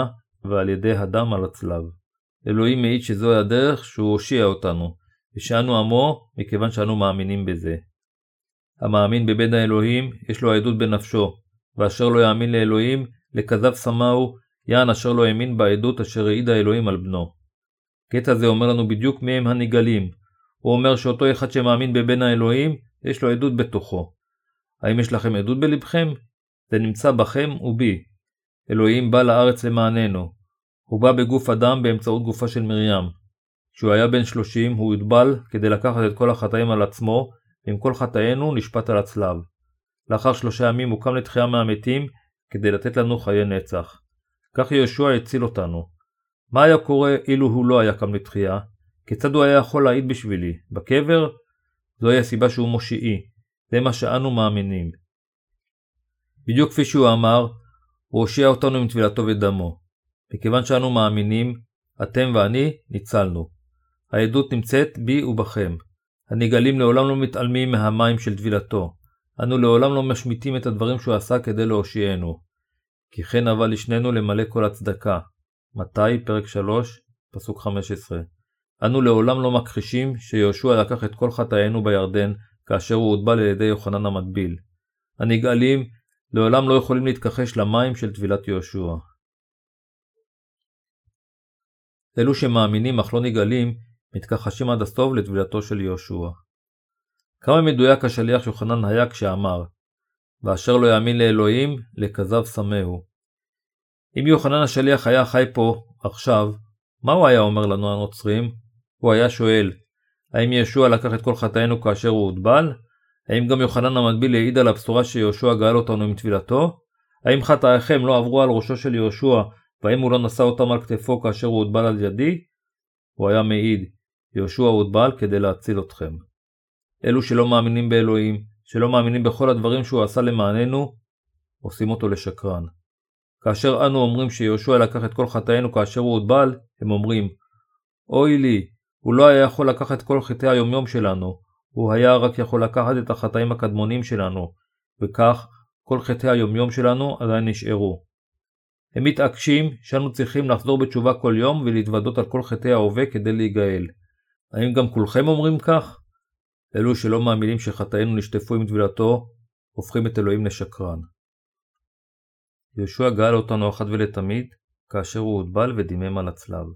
ועל ידי הדם על הצלב. אלוהים מעיד שזוהי הדרך שהוא הושיע אותנו, ושאנו עמו מכיוון שאנו מאמינים בזה. המאמין בבן האלוהים יש לו העדות בנפשו, ואשר לא יאמין לאלוהים, לכזב שמאו, יען אשר לא האמין בעדות אשר העיד האלוהים על בנו. קטע זה אומר לנו בדיוק מי הם הנגאלים. הוא אומר שאותו אחד שמאמין בבן האלוהים, יש לו עדות בתוכו. האם יש לכם עדות בלבכם? זה נמצא בכם ובי. אלוהים בא לארץ למעננו. הוא בא בגוף אדם באמצעות גופה של מרים. כשהוא היה בן 30 הוא הוטבל כדי לקחת את כל החטאים על עצמו, ועם כל חטאינו נשפט על הצלב. לאחר 3 ימים הוא קם לתחייה מהמתים כדי לתת לנו חיי נצח. כך יהושע הציל אותנו. מה היה קורה אילו הוא לא היה קם לתחייה? כיצד הוא היה יכול להעיד בשבילי? בקבר? זוהי הסיבה שהוא מושיעי. זה מה שאנו מאמינים. בדיוק כפי שהוא אמר, הוא הושיע אותנו עם טבילתו ודמו. מכיוון שאנו מאמינים, אתם ואני ניצלנו. העדות נמצאת בי ובכם. הנגאלים לעולם לא מתעלמים מהמים של טבילתו. אנו לעולם לא משמיטים את הדברים שהוא עשה כדי להושיענו. כי כן אבל לשנינו למלא כל הצדקה. מתי, פרק 3, פסוק 15. אנו לעולם לא מכחישים שיהושע לקח את כל חטאינו בירדן כאשר הוא הוטבל על ידי יוחנן המטביל. הנגאלים לעולם לא יכולים להתכחש למים של טבילת יהושע. אלו שמאמינים אך לא נגאלים מתכחשים עד הסוף לטבילתו של יהושע. כמה מדויק השליח יוחנן היה כשאמר, ואשר לא יאמין לאלוהים, לכזב שמאו. אם יוחנן השליח היה חי פה, עכשיו, מה הוא היה אומר לנו הנוצרים? הוא היה שואל, האם יהושע לקח את כל חטאינו כאשר הוא הוטבל? האם גם יוחנן המטביל העיד על הבשורה שיהושע גאל אותנו עם טבילתו? האם חטאיכם לא עברו על ראשו של יהושע, והאם הוא לא נשא אותם על כתפו כאשר הוא הוטבל על ידי? הוא היה מעיד, יהושע הוטבל כדי להציל אתכם. אלו שלא מאמינים באלוהים, שלא מאמינים בכל הדברים שהוא עשה למעננו, עושים אותו לשקרן. כאשר אנו אומרים שיהושע לקח את כל חטאינו כאשר הוא הוטבל, הם אומרים, אוי לי, הוא לא היה יכול לקחת את כל חטאי היומיום שלנו, הוא היה רק יכול לקחת את החטאים הקדמונים שלנו, וכך כל חטאי היומיום שלנו עדיין נשארו. הם מתעקשים שאנו צריכים לחזור בתשובה כל יום ולהתוודות על כל חטאי ההווה כדי להיגאל. האם גם כולכם אומרים כך? אלו שלא מאמינים שחטאינו נשטפו עם טבילתו, הופכים את אלוהים לשקרן. יהושע גאל אותנו אחת ולתמיד, כאשר הוא הוטבל ודימם על הצלב.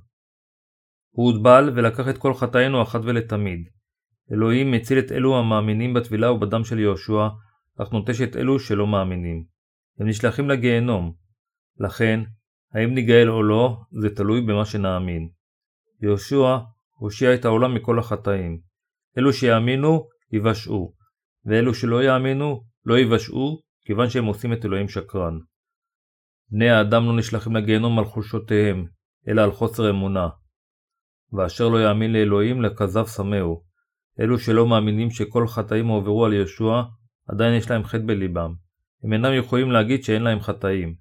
הוא הוטבל ולקח את כל חטאינו אחת ולתמיד. אלוהים מציל את אלו המאמינים בטבילה ובדם של יהושע, אך נוטש את אלו שלא מאמינים. הם נשלחים לגיהנום. לכן, האם ניגאל או לא, זה תלוי במה שנאמין. יהושע הושיע את העולם מכל החטאים. אלו שיאמינו, יבשעו, ואלו שלא יאמינו, לא יבשעו, כיוון שהם עושים את אלוהים שקרן. בני האדם לא נשלחים לגיהנום על חולשותיהם, אלא על חוסר אמונה. ואשר לא יאמין לאלוהים, לכזב שמאו. אלו שלא מאמינים שכל חטאים הועברו על יהושע, עדיין יש להם חטא בליבם. הם אינם יכולים להגיד שאין להם חטאים.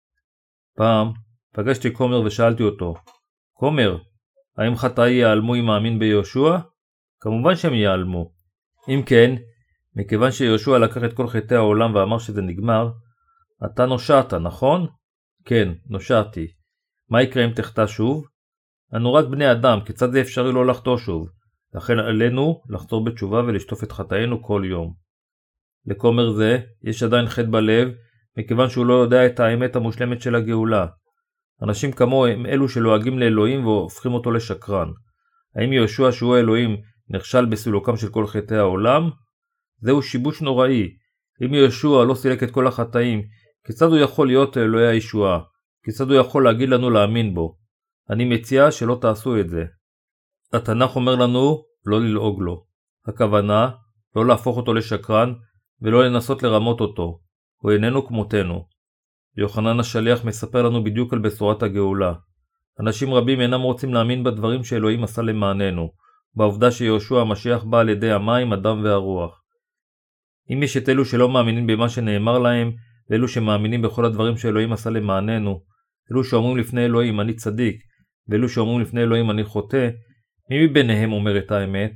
פעם פגשתי כומר ושאלתי אותו, כומר, האם חטאי ייעלמו אם מאמין ביהושע? כמובן שהם ייעלמו. אם כן, מכיוון שיהושע לקח את כל חטאי העולם ואמר שזה נגמר, אתה נושעת, נכון? כן, נושעתי. מה יקרה אם תחטא שוב? אנו רק בני אדם, כיצד זה אפשרי לא לחטוא שוב? לכן עלינו לחזור בתשובה ולשטוף את חטאינו כל יום. לכומר זה יש עדיין חטא בלב, מכיוון שהוא לא יודע את האמת המושלמת של הגאולה. אנשים כמוהו הם אלו שלועגים לאלוהים והופכים אותו לשקרן. האם יהושע שהוא האלוהים נכשל בסילוקם של כל חטאי העולם? זהו שיבוש נוראי. אם יהושע לא סילק את כל החטאים, כיצד הוא יכול להיות אלוהי הישועה? כיצד הוא יכול להגיד לנו להאמין בו? אני מציע שלא תעשו את זה. התנ"ך אומר לנו לא ללעוג לו. הכוונה לא להפוך אותו לשקרן ולא לנסות לרמות אותו. הוא איננו כמותנו. יוחנן השליח מספר לנו בדיוק על בשורת הגאולה. אנשים רבים אינם רוצים להאמין בדברים שאלוהים עשה למעננו, בעובדה שיהושע המשיח בא על ידי המים, הדם והרוח. אם יש את אלו שלא מאמינים במה שנאמר להם, ואלו שמאמינים בכל הדברים שאלוהים עשה למעננו, אלו שאומרים לפני אלוהים אני צדיק, ואלו שאומרים לפני אלוהים אני חוטא, מי מביניהם אומר את האמת?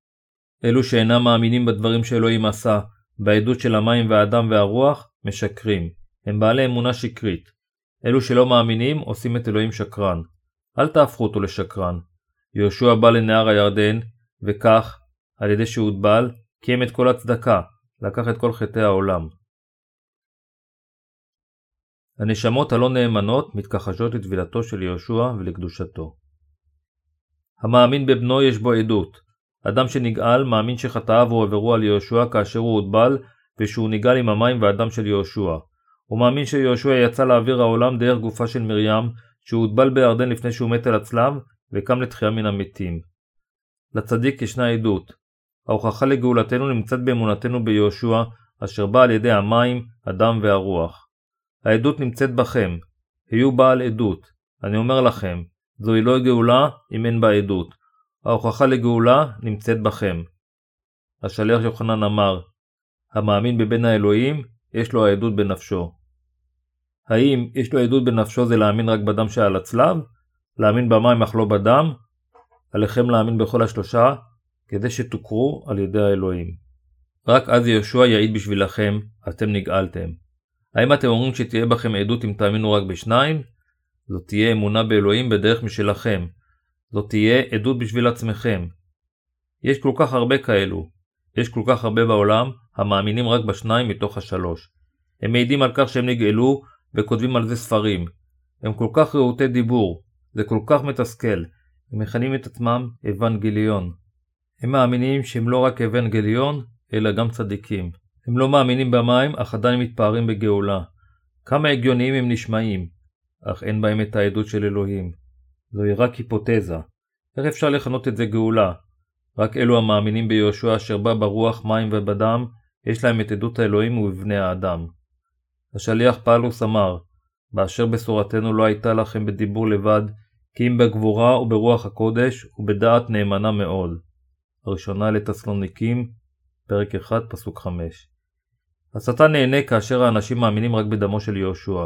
אלו שאינם מאמינים בדברים שאלוהים עשה, בעדות של המים והאדם והרוח, משקרים. הם בעלי אמונה שקרית. אלו שלא מאמינים עושים את אלוהים שקרן. אל תהפכו אותו לשקרן. יהושע בא לנהר הירדן, וכך, על ידי שהוטבל, קיים את כל הצדקה, לקח את כל חטאי העולם. הנשמות הלא נאמנות מתכחשות לטבילתו של יהושע ולקדושתו. המאמין בבנו יש בו עדות. אדם שנגאל מאמין שחטאיו הועברו על יהושע כאשר הוא הוטבל ושהוא נגאל עם המים והדם של יהושע. הוא מאמין שיהושע יצא לאוויר העולם דרך גופה של מרים שהוא הוטבל בירדן לפני שהוא מת על הצלב וקם לתחייה מן המתים. לצדיק ישנה עדות. ההוכחה לגאולתנו נמצאת באמונתנו ביהושע אשר בא על ידי המים, הדם והרוח. העדות נמצאת בכם. היו בעל עדות. אני אומר לכם, זוהי לא גאולה אם אין בה עדות. ההוכחה לגאולה נמצאת בכם. השליח יוחנן אמר, המאמין בבן האלוהים יש לו העדות בנפשו. האם יש לו עדות בנפשו זה להאמין רק בדם שעל הצלב? להאמין במים אך לא בדם? עליכם להאמין בכל השלושה כדי שתוכרו על ידי האלוהים. רק אז יהושע יעיד בשבילכם, אתם נגאלתם. האם אתם אומרים שתהיה בכם עדות אם תאמינו רק בשניים? זאת תהיה אמונה באלוהים בדרך משלכם. זאת תהיה עדות בשביל עצמכם. יש כל כך הרבה כאלו. יש כל כך הרבה בעולם המאמינים רק בשניים מתוך השלוש. הם מעידים על כך שהם נגאלו וכותבים על זה ספרים. הם כל כך רהוטי דיבור. זה כל כך מתסכל. הם מכנים את עצמם אבנגליון. הם מאמינים שהם לא רק אבנגליון, אלא גם צדיקים. הם לא מאמינים במים, אך עדיין מתפארים בגאולה. כמה הגיוניים הם נשמעים, אך אין בהם את העדות של אלוהים. זוהי רק היפותזה. איך אפשר לכנות את זה גאולה? רק אלו המאמינים ביהושע אשר בא ברוח, מים ובדם, יש להם את עדות האלוהים ובבני האדם. השליח פאולוס אמר, באשר בשורתנו לא הייתה לכם בדיבור לבד, כי אם בגבורה וברוח הקודש ובדעת נאמנה מאוד. הראשונה לתסלוניקים, פרק 1, פסוק 5. השטן נהנה כאשר האנשים מאמינים רק בדמו של יהושע.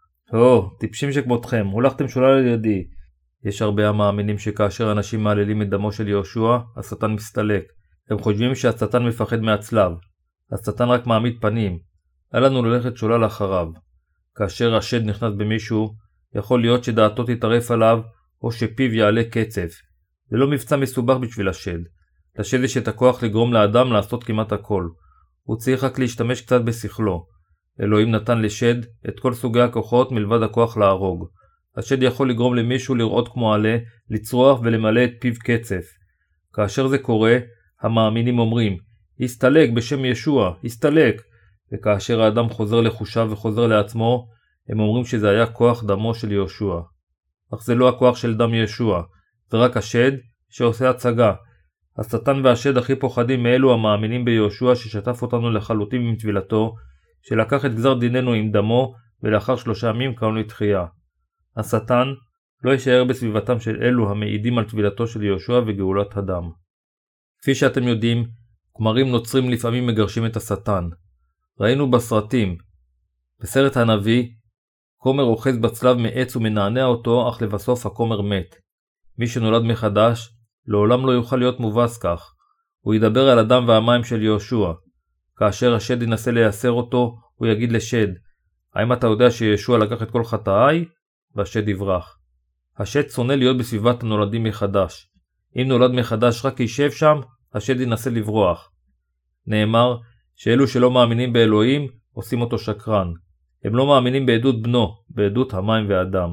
טיפשים שכמותכם, הולכתם שולל על ידי. יש הרבה המאמינים שכאשר אנשים מעללים את דמו של יהושע, השטן מסתלק. הם חושבים שהשטן מפחד מהצלב. השטן רק מעמיד פנים. אל לנו ללכת שולל אחריו. כאשר השד נכנס במישהו, יכול להיות שדעתו תתערף עליו, או שפיו יעלה קצף. זה לא מבצע מסובך בשביל השד. לשד יש את הכוח לגרום לאדם לעשות כמעט הכל. הוא צריך רק להשתמש קצת בשכלו. אלוהים נתן לשד את כל סוגי הכוחות מלבד הכוח להרוג. השד יכול לגרום למישהו לראות כמו עלה, לצרוח ולמלא את פיו קצף. כאשר זה קורה, המאמינים אומרים, הסתלק בשם ישוע, הסתלק. וכאשר האדם חוזר לחושיו וחוזר לעצמו, הם אומרים שזה היה כוח דמו של יהושע. אך זה לא הכוח של דם ישוע, זה רק השד שעושה הצגה. השטן והשד הכי פוחדים מאלו המאמינים ביהושע ששטף אותנו לחלוטין עם טבילתו, שלקח את גזר דיננו עם דמו ולאחר 3 ימים קם לתחייה. השטן לא יישאר בסביבתם של אלו המעידים על טבילתו של יהושע וגאולת הדם. כפי שאתם יודעים, כמרים נוצרים לפעמים מגרשים את השטן. ראינו בסרטים. בסרט הנביא, כומר אוחז בצלב מעץ ומנענע אותו, אך לבסוף הכומר מת. מי שנולד מחדש, לעולם לא יוכל להיות מובס כך. הוא ידבר על הדם והמים של יהושע. כאשר השד ינסה לייסר אותו, הוא יגיד לשד, האם אתה יודע שישוע לקח את כל חטאיי? והשד יברח. השד שונא להיות בסביבת הנולדים מחדש. אם נולד מחדש רק יישב שם, השד ינסה לברוח. נאמר שאלו שלא מאמינים באלוהים עושים אותו שקרן. הם לא מאמינים בעדות בנו, בעדות המים והדם.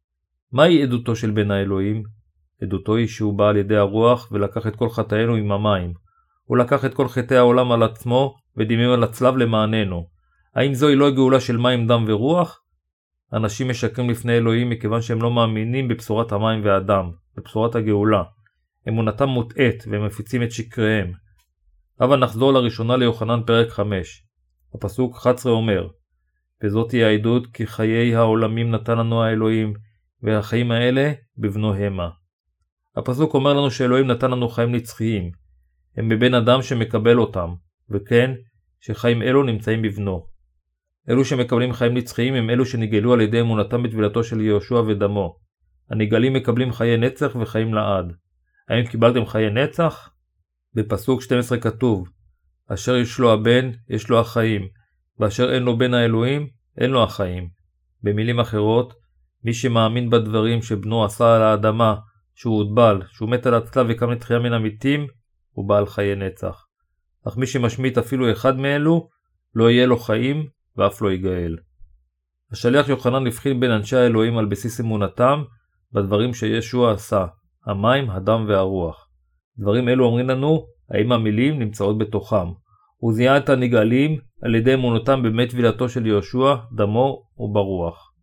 מהי עדותו של בן האלוהים? עדותו היא שהוא בא על ידי הרוח ולקח את כל חטאינו עם המים. הוא לקח את כל חטאי העולם על עצמו ודימם על הצלב למעננו. האם זוהי לא גאולה של מים, דם ורוח? אנשים משקרים לפני אלוהים מכיוון שהם לא מאמינים בבשורת המים והדם, בבשורת הגאולה. אמונתם מוטעית והם מפיצים את שקריהם. אבל נחזור לראשונה ליוחנן פרק 5. הפסוק 11 אומר, וזאת היא העדות כי חיי העולמים נתן לנו האלוהים, והחיים האלה בבנו המה. הפסוק אומר לנו שאלוהים נתן לנו חיים נצחיים. הם בבן אדם שמקבל אותם, וכן שחיים אלו נמצאים בבנו. אלו שמקבלים חיים נצחיים הם אלו שנגאלו על ידי אמונתם בטבילתו של יהושע ודמו. הנגאלים מקבלים חיי נצח וחיים לעד. האם קיבלתם חיי נצח? בפסוק 12 כתוב, אשר יש לו הבן, יש לו החיים, ואשר אין לו בן האלוהים, אין לו החיים. במילים אחרות, מי שמאמין בדברים שבנו עשה על האדמה, שהוא הוטבל, שהוא מת על הצלב וקם לתחייה מן המתים, הוא בעל חיי נצח. אך מי שמשמיט אפילו אחד מאלו, לא יהיה לו חיים ואף לא ייגאל. השליח יוחנן הבחין בין אנשי האלוהים על בסיס אמונתם בדברים שישוע עשה, המים, הדם והרוח. דברים אלו אומרים לנו האם המילים נמצאות בתוכם. הוא זיהה את הנגאלים על ידי אמונתם במי טבילתו של יהושע, דמו וברוח.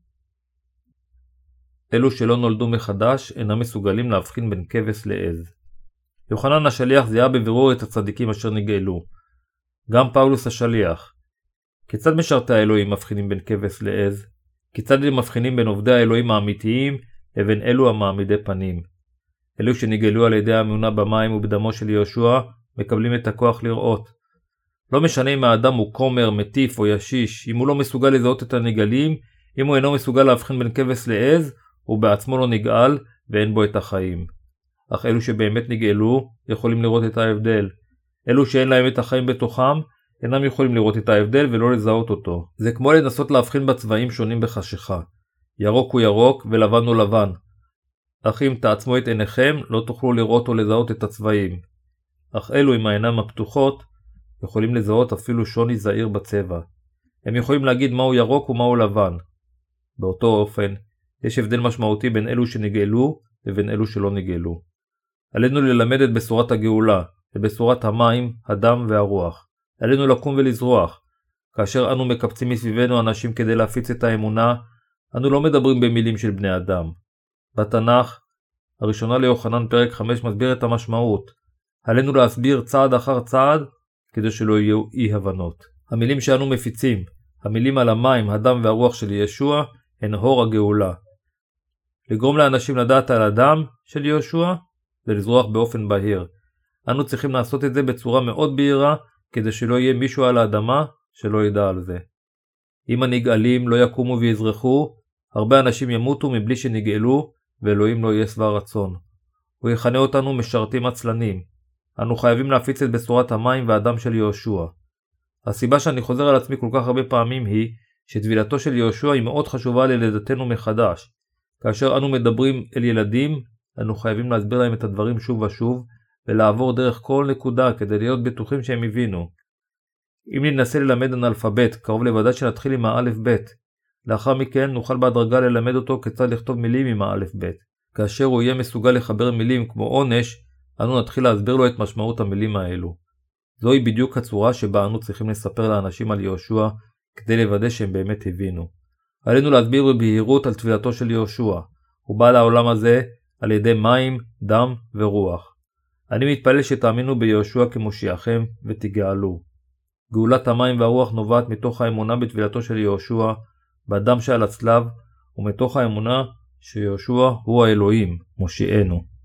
אלו שלא נולדו מחדש אינם מסוגלים להבחין בין כבש לעז. יוחנן השליח זיהה בבירור את הצדיקים אשר נגאלו. גם פאולוס השליח. כיצד משרתי האלוהים מבחינים בין כבש לעז? כיצד הם מבחינים בין עובדי האלוהים האמיתיים לבין אלו המעמידי פנים? אלו שנגאלו על ידי האמונה במים ובדמו של יהושע מקבלים את הכוח לראות. לא משנה אם האדם הוא כומר, מטיף או ישיש, אם הוא לא מסוגל לזהות את הנגאלים, אם הוא אינו מסוגל להבחין בין כבש לעז, הוא בעצמו לא נגאל ואין בו את החיים. אך אלו שבאמת נגאלו יכולים לראות את ההבדל. אלו שאין להם את החיים בתוכם אינם יכולים לראות את ההבדל ולא לזהות אותו. זה כמו לנסות להבחין בצבעים שונים בחשיכה. ירוק הוא ירוק ולבן הוא לבן. אך אם תעצמו את עיניכם לא תוכלו לראות או לזהות את הצבעים. אך אלו עם העיניים הפתוחות יכולים לזהות אפילו שוני זעיר בצבע. הם יכולים להגיד מהו ירוק ומהו לבן. באותו אופן, יש הבדל משמעותי בין אלו שנגאלו לבין אלו שלא נגאלו. עלינו ללמד את בשורת הגאולה, את בשורת המים, הדם והרוח. עלינו לקום ולזרוח. כאשר אנו מקבצים מסביבנו אנשים כדי להפיץ את האמונה, אנו לא מדברים במילים של בני אדם. בתנ"ך, הראשונה ליוחנן פרק 5 מסביר את המשמעות. עלינו להסביר צעד אחר צעד כדי שלא יהיו אי הבנות. המילים שאנו מפיצים, המילים על המים, הדם והרוח של ישוע, הן אור הגאולה. לגרום לאנשים לדעת על הדם של יהושע ולזרוח באופן בהיר. אנו צריכים לעשות את זה בצורה מאוד בהירה כדי שלא יהיה מישהו על האדמה שלא ידע על זה. אם הנגאלים לא יקומו ויזרחו, הרבה אנשים ימותו מבלי שנגאלו ואלוהים לא יהיה שבע רצון. הוא יכנה אותנו משרתים עצלנים. אנו חייבים להפיץ את בשורת המים והדם של יהושע. הסיבה שאני חוזר על עצמי כל כך הרבה פעמים היא שטבילתו של יהושע היא מאוד חשובה ללידתנו מחדש. כאשר אנו מדברים אל ילדים, אנו חייבים להסביר להם את הדברים שוב ושוב ולעבור דרך כל נקודה כדי להיות בטוחים שהם הבינו. אם ננסה ללמד אנאלפבית, קרוב לוודאי שנתחיל עם האלף בית. לאחר מכן נוכל בהדרגה ללמד אותו כיצד לכתוב מילים עם האלף בית. כאשר הוא יהיה מסוגל לחבר מילים כמו עונש, אנו נתחיל להסביר לו את משמעות המילים האלו. זוהי בדיוק הצורה שבה אנו צריכים לספר לאנשים על יהושע כדי לוודא שהם באמת הבינו. עלינו להסביר בבהירות על טבילתו של יהושע. הוא בא לעולם הזה על ידי מים, דם ורוח. אני מתפלל שתאמינו ביהושע כמושיעכם ותגאלו. גאולת המים והרוח נובעת מתוך האמונה בטבילתו של יהושע, בדם שעל הצלב, ומתוך האמונה שיהושע הוא האלוהים, מושיענו.